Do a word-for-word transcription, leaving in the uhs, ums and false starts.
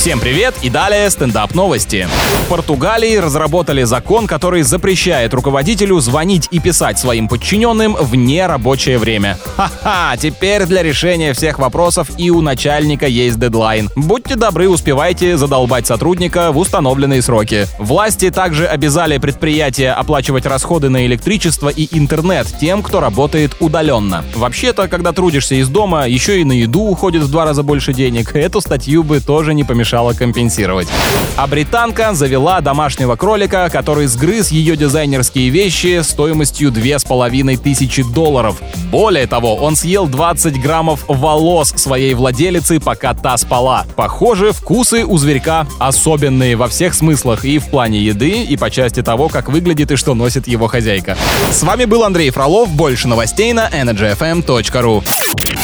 Всем привет и далее стендап-новости. В Португалии разработали закон, который запрещает руководителю звонить и писать своим подчиненным в нерабочее время. Ха-ха, теперь для решения всех вопросов и у начальника есть дедлайн. Будьте добры, успевайте задолбать сотрудника в установленные сроки. Власти также обязали предприятия оплачивать расходы на электричество и интернет тем, кто работает удаленно. Вообще-то, когда трудишься из дома, еще и на еду уходит в два раза больше денег. Эту статью бы тоже не помешало компенсировать. А британка завела домашнего кролика, который сгрыз ее дизайнерские вещи стоимостью две с половиной тысячи долларов. Более того, он съел двадцать граммов волос своей владелицы, пока та спала. Похоже, вкусы у зверька особенные во всех смыслах, и в плане еды, и по части того, как выглядит и что носит его хозяйка. С вами был Андрей Фролов. Больше новостей на energy f m точка ru.